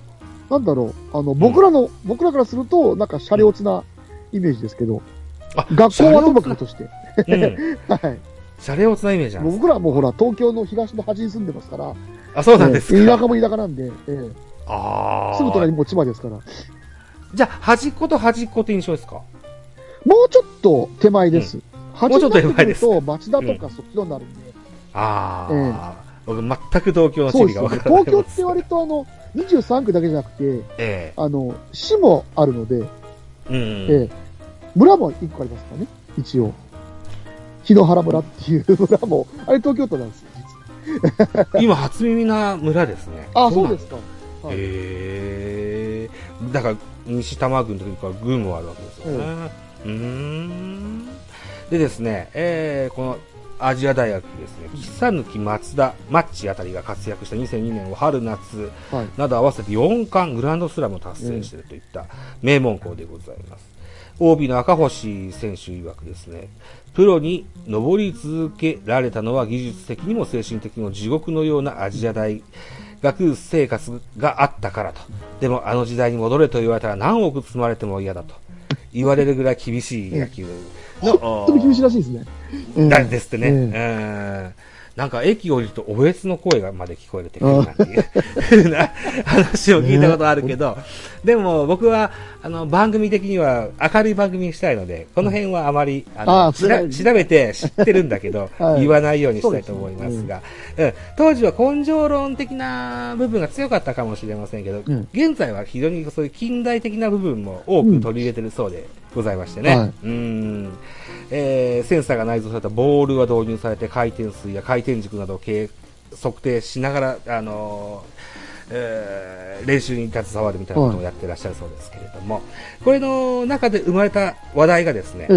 なんだろう、あの、僕らの、うん、僕らからすると、なんか、シャレオツなイメージですけど、あ、学校はともかくとして。うん、はい。 シャレオツなイメージなんです。 僕らはもうほら、東京の東の端に住んでますから。 あ、そうなんですか。 えー、田舎も田舎なんで、えー、 ああ。 すぐ隣にも千葉ですから。 じゃあ、端っこと端っこって印象ですか？ もうちょっと手前です。うん、 もうちょっと手前です。 と町田とかそっちのになるんで。 うん、ああ、えー。僕全く東京の地理が分からない。 東京って割とあの、にじゅうさんくだけじゃなくて、えー、あの、市もあるので、うん、えー、村もいっこありますからね、一応。檜原村っていう村も、あれ東京都なんですよ、 実今初耳な村ですね。 あ、そうですか。 へえー。だから、西多摩郡というか郡もあるわけですよね。うん、うーん。でですね、えー、このアジア大学ですね、久抜松田、マッチあたりが活躍したにせんにねんを春夏など合わせてよんかんグランドスラムを達成しているといった名門校でございます。オービーの赤星選手曰くですね、プロに上り続けられたのは技術的にも精神的にも地獄のようなアジア大学生活があったからと。でもあの時代に戻れと言われたら何億積まれても嫌だと言われるぐらい厳しい野球の、 本当に厳しいらしいですね。 なんですってね。うんうんなんか駅降りるとおべつの声がまで聞こえるっていうなんていうふうな話を聞いたことあるけど、でも僕はあの番組的には明るい番組にしたいので、この辺はあまりあのあ調べて知ってるんだけど、はい、言わないようにしたいと思いますが、うんうん、当時は根性論的な部分が強かったかもしれませんけど、うん、現在は非常にそういう近代的な部分も多く取り入れてるそうでございましてね。はい、うんえー、センサーが内蔵されたボールが導入されて回転数や回転軸などを測定しながら、あのーえー、練習に携わるみたいなことをやってらっしゃるそうですけれども、これの中で生まれた話題がですね、うん、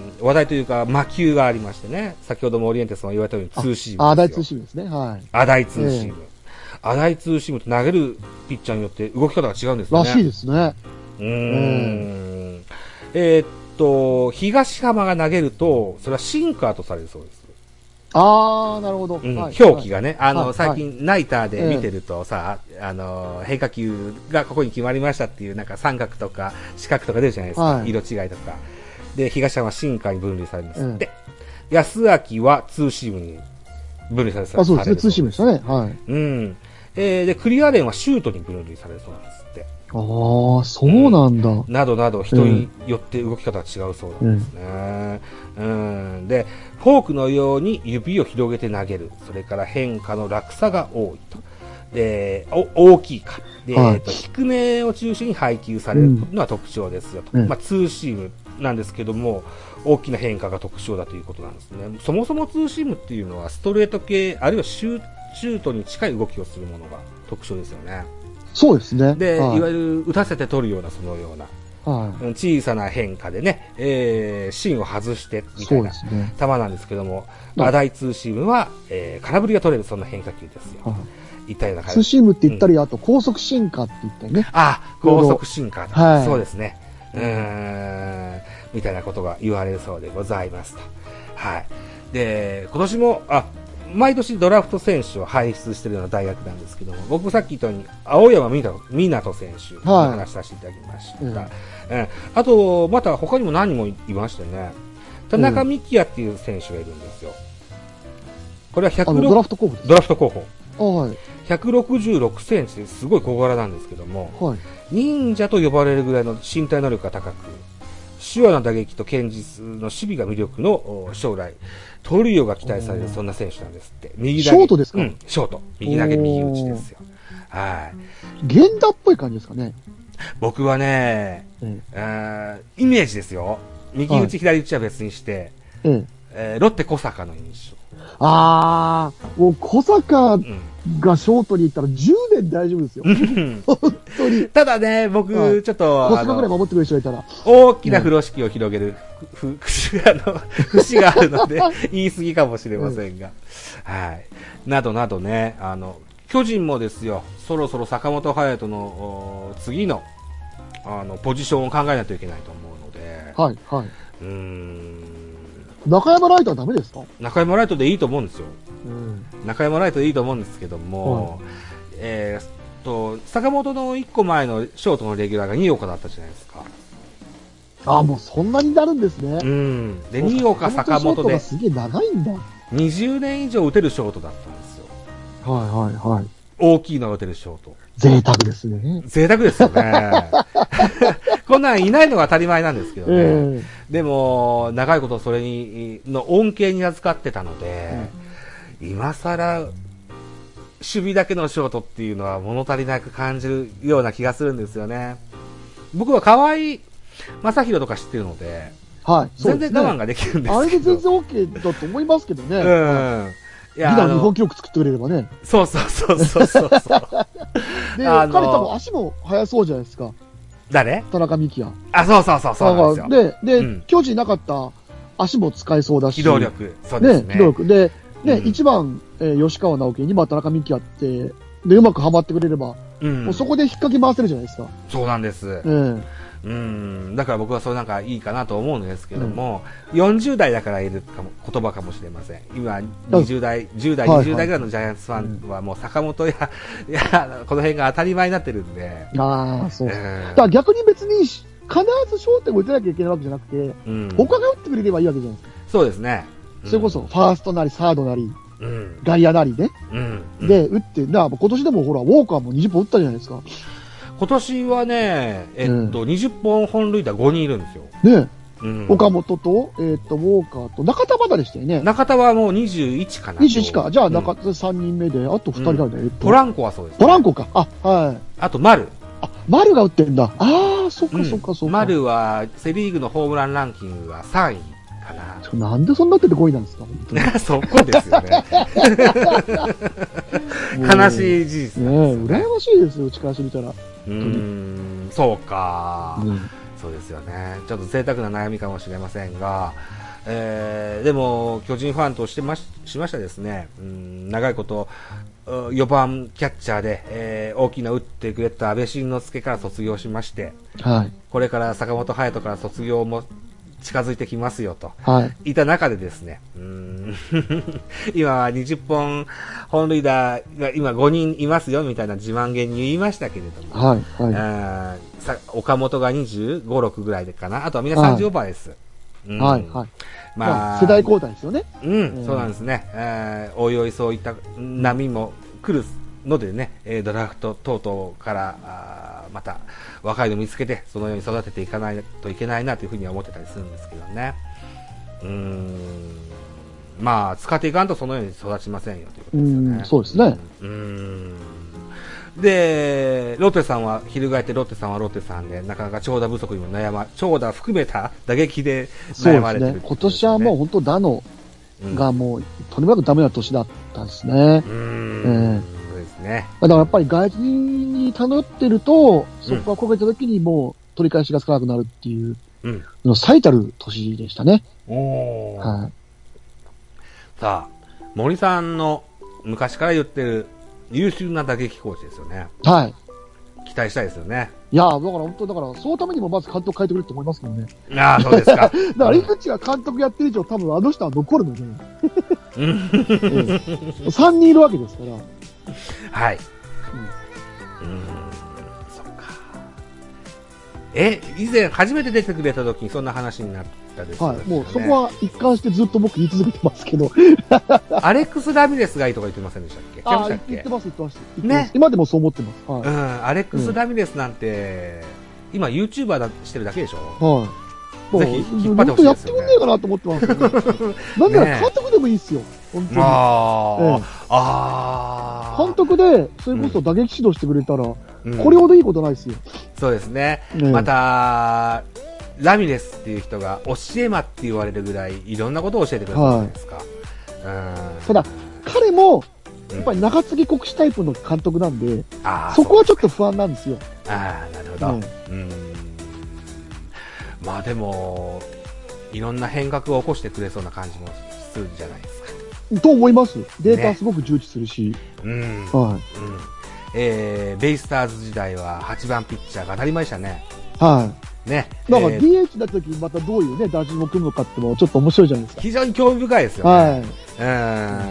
話題というか魔球がありましてね、先ほどもオリエンテスさんが言われたようにツーシームですよ。 アダイツーシームですね。はい。 アダイツーシーム。アダイツーシームって投げるピッチャーによって動き方が違うんですよね。 らしいですね。 うーん。えーっと、東浜が投げると、それはシンカーとされるそうです。 あー、なるほど。 うんはい、表記がね、あの、はい、最近、ナイターで見てるとさ、えー、あの、変化球がここに決まりましたっていう、なんか三角とか四角とか出るじゃないですか。はい、色違いとか。で、東浜はシンカーに分類されるんですって。えー、安明はツーシームに分類されるそうです。 あ、そうですね、ツーシームでしたね。はい。 うん。えー、で、クリアレンはシュートに分類されるそうなんですって。 ああ、そうなんだ、うん。 などなど、人によって動き方が違うそうなんですね。うん、うん。で、フォークのように指を広げて投げる。それから変化の落差が多いと。で、お大きいか。で、はい、えっと、低めを中心に配球されるのは特徴ですよと。うん、まあ、ツーシームなんですけども、大きな変化が特徴だということなんですね。そもそもツーシームっていうのは、ストレート系、あるいはシュートに近い動きをするものが特徴ですよね。 そうですね。 で、はい、いわゆる打たせて取るようなそのような、はい、小さな変化でね、えー、芯を外してみたいな球なんですけども、アダイツーシームは、えー、空振りが取れるそんな変化球ですよ。はい、いったような感じ。 ツーシームって言ったり、うん、あと高速進化って言ったりね。 あ、高速進化、はい。そうですね。うーん、みたいなことが言われるそうでございますと。はい。で、今年も、あ、毎年ドラフト選手を輩出しているような大学なんですけども、僕もさっき言ったように、青山湊選手の話させていただきました。はいうんえー、あと、また他にも何人もいましてね、田中幹也っていう選手がいるんですよ。これはひゃくろくドラフト候補です。 ドラフト候補。 はい。 ひゃくろくじゅうろくセンチですごい小柄なんですけども、はい、忍者と呼ばれるぐらいの身体能力が高く、手話の打撃と堅実の守備が魅力の将来、トリオが期待されるそんな選手なんですって。右投げ。ショートですか？ うん、ショート。右投げ、右打ちですよ。はい。 源田っぽい感じですかね。 僕はね、うん、あイメージですよ。右打ち、はい、左打ちは別にして、うんえー、ロッテ小坂の印象。 あー、もう小坂がショートに行ったらじゅうねん大丈夫ですよ。本当に。 ただね、僕、はい、ちょっと、 小坂ぐらい守ってくれる人がいたら。 大きな風呂敷を広げる、ふ、ふ、あの、節があるので、言い過ぎかもしれませんが。うん、はい。などなどね、あの、巨人もですよ、そろそろ坂本勇人の次の、あの、ポジションを考えないといけないと思うので。 はい、はい。 うーん。 中山ライトはダメですか？ 中山ライトでいいと思うんですよ。うん、中山ライトでいいと思うんですけども、はい、えと、坂本のいっこまえのショートのレギュラーが新岡だったじゃないですか。 ああ、もうそんなになるんですね。 うん。で、新岡、坂本で。 すげえ長いんだ。 にじゅうねん以上打てるショートだったんですよ。 はいはいはい。 大きいのが打てるショート。 贅沢ですね。 贅沢ですよね。こんなんいないのが当たり前なんですけどね。えー、でも、長いことそれに、の恩恵に預かってたので、うん、今更、守備だけのショートっていうのは物足りなく感じるような気がするんですよね。僕は河合正宏とか知ってるので、 はい、 全然我慢ができるんですけど。 あれで全然 OK だと思いますけどね。 うん。 いや、日本記録作ってくれればね。 そうそうそうそうそう。 で、彼多分足も速そうじゃないですか。 誰？ 田中幹也。 あ、そうそうそうそうなんですよ。で、で、うん、巨人なかった足も使えそうだし。 機動力。そうですね。 ね、機動力。で、ね、 うん、 いちばん、えー、吉川直樹、にばん田中幹也って、で、うまくはまってくれれば、うん、もうそこで引っ掛け回せるじゃないですか。 そうなんです。 えーうん、だから僕はそれなんかいいかなと思うんですけども、うん、よんじゅう代だからいるかも言葉かもしれません。今にじゅう代、じゅう代、にじゅう代ぐらいのジャイアンツファンはもう坂本や、いや、この辺が当たり前になってるんで。 ああ、そう。うん、だから逆に別に必ず焦点を打てなきゃいけないわけじゃなくて、うん、他が打ってくれればいいわけじゃないですか。 そうですね。 うん、それこそファーストなりサードなり、 うん、 外野なりね。 うん、 で、打って、な今年でもほら、ウォーカーもにじゅっぽん打ったじゃないですか。 今年はね、えっと、うん、にじゅっぽん本塁打ごにんいるんですよ。 ねえ。うん、岡本と、えっと、ウォーカーと、中田まだでしたよね。 中田はもうにじゅういちかな。 にじゅういちか。じゃあ中田さんにんめで、あとふたりなんだよ、 うん。ポランコはそうです、ね。 ポランコか。あ、はい。 あと、丸。 あ、丸が打ってんだ。ああ、そっかそっかそっか。 丸は、セリーグのホームランランキングがさんいかな。 なんでそんなっててごいなんですかそこですよね。悲しい事実ね。ねえ、羨ましいですよ、力してみたら。 うーん、そうか、 うん、 そうですよね。ちょっと贅沢な悩みかもしれませんが、えー、でも巨人ファンとしてま し, しましたですね、うん、長いことよばんキャッチャーで、えー、大きな打ってくれた安倍晋之助から卒業しまして、 はい、 これから坂本勇人から卒業も近づいてきますよと、 はい、 いた中でですね、うーん今はにじゅっぽん本塁打が今ごにんいますよみたいな自慢げに言いましたけれども、 はいはい、 あさ岡本がにじゅうご、ろくぐらいでかな、あとはみんなさんじゅうオーバーです。 はい、うん、はいはい、 まあ、 まあ、世代交代ですよね。 うん、えー、そうなんですね。えー、おいおいそういった波も来るのでね、ドラフト等々からあまた若いの見つけてそのように育てていかないといけないなというふうには思ってたりするんですけどね。うーん、まあ使っていかんとそのように育ちませんよということですよね。 うん、そうですね。 うーん、でロッテさんは翻ってロッテさんはロッテさんでなかなか長打不足にも悩ま長打含めた打撃で悩まれてる、ね、 今年はもう本当打のがもう、うん、とにかくダメな年だったんですね。 うーん、えーね、 だからやっぱり外人に頼ってると、そこが焦げた時にもう取り返しがつかなくなるっていう、うん、の最たる年でしたね。 おー、 はい、 さあ、森さんの昔から言ってる優秀な打撃コーチですよね。 はい。 期待したいですよね。 いやだから本当だから、そのためにもまず監督変えてくれると思いますもんね。 ああ、そうですか。だから井口が監督やってる以上、多分あの人は残るので、ね。ええ、さんにんいるわけですから。 はい。うん。うーん、そっか。え、以前初めて出てくれた時にそんな話になったですよね。 はい。もうそこは一貫してずっと僕言い続けてますけど。 アレックス・ラミレスがいいとか言ってませんでしたっけ？ ああ、言ってます、言ってます。ね。今でもそう思ってます。はい。 うん。アレックス・ラミレスなんて、うん、今 YouTuber だしてるだけでしょ？ はい。 ぜひ引っ張ってほしいですよね。 やってくんねえかなと思ってますよ、ね。なんなら監督でもいいっすよ。本当に。 あー、 ええ、 あー。 監督で、それこそ打撃指導してくれたら、うん、これほどいいことないっすよ。 そうですね。ね、また、ラミレスっていう人が教え魔って言われるぐらいいろんなことを教えてくれるじゃないですか。はい、 うん、ただ、彼も、やっぱり中継ぎ国士タイプの監督なんで、うん、そこはちょっと不安なんですよ。 ああ、なるほど。うんうん、まあでも、いろんな変革を起こしてくれそうな感じもするじゃないですか。 と思います。データすごく充実するし。 ね、うん。 はい。うん、 えー、ベイスターズ時代ははちばんピッチャーが当たり前でしたね。 はい。 ね。 だから ディーエイチ だった時にまたどういうね、打順を組むのかっていうのはちょっと面白いじゃないですか。 非常に興味深いですよね。 はい。 うん。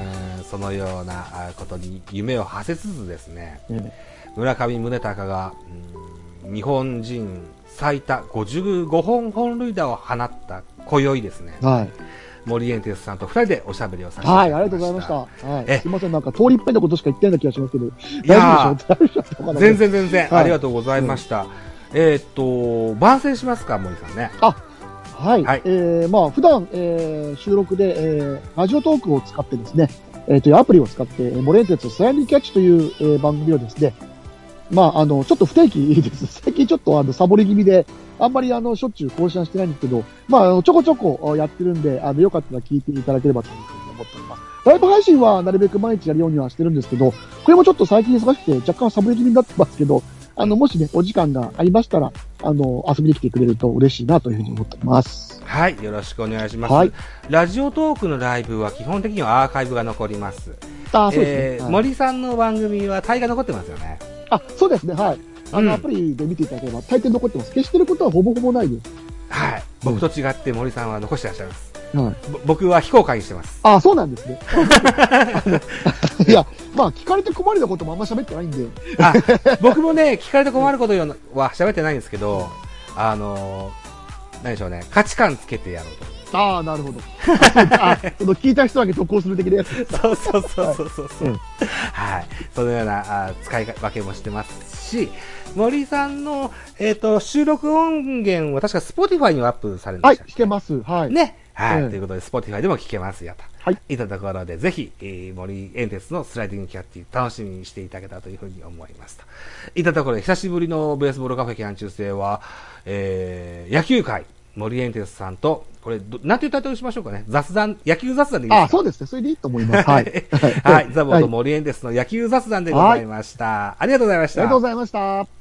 そのようなことに夢を馳せつつですね、うん、村上宗隆が、うん、日本人最多ごじゅうごほん本塁打を放った今宵ですね、はい、森エンテスさんとふたりでおしゃべりをさせていただきました。はい、ありがとうございました。はい、すいません、なんか通りっぺんなことしか言ってないような気がしますけど、いやー全然全然、はい、ありがとうございました。うん、えー、っと番宣しますか、森さんね。あはい、はい、えー、まあ普段、えー、収録で、えー、ラジオトークを使ってですね、えー、というアプリを使って、森エンテススライディングキャッチという、えー、番組をですね、まあ、あの、ちょっと不定期です。最近ちょっとあの、サボり気味で、あんまりあの、しょっちゅう更新はしてないんですけど、まあ、あの、ちょこちょこやってるんで、あの、よかったら聞いていただければというふうに思っております。ライブ配信はなるべく毎日やるようにはしてるんですけど、これもちょっと最近忙しくて若干サボり気味になってますけど、あの、もしね、お時間がありましたら、あの、遊びに来てくれると嬉しいなというふうに思っております。はい、よろしくお願いします。はい、ラジオトークのライブは基本的にはアーカイブが残ります。あ、そうですね。えーはい、森さんの番組は大概残ってますよね。あ、そうですね、はい。あの、うん、アプリで見ていただければ大抵残ってます。消してることはほぼほぼないです。はい。僕と違って森さんは残してらっしゃいます。はい、僕は非公開にしてます。あ、そうなんですね。いや、まあ、聞かれて困るようなこともあんま喋ってないんで。あ、僕もね、聞かれて困ることは喋ってないんですけど、あのー、何でしょうね、価値観つけてやろうと。ああ、なるほど。あ、その聞いた人だけ投稿する的なやつ。そうそうそうそうそう。はい、はい。そのようなあ使い分けもしてますし、森さんの、えっ、ー、と、収録音源は確か Spotify にはアップされるんですか？はい、聞けます。はい。ね。はい。うん、ということで、Spotify でも聞けますよと。はい。いったところで、ぜひ、えー、森エンテスのスライディングキャッチ楽しみにしていただけたらというふうに思いますと。いったところで、久しぶりのベースボールカフェキャン中世は、えー、野球界、森エンテスさんと、これ、なんていうタイトルにしましょうかね。雑談、野球雑談でいいですか？あ、そうですね。それでいいと思います。はい。はい。ザボと森エンテスの野球雑談でございました。はい、ありがとうございました。ありがとうございました。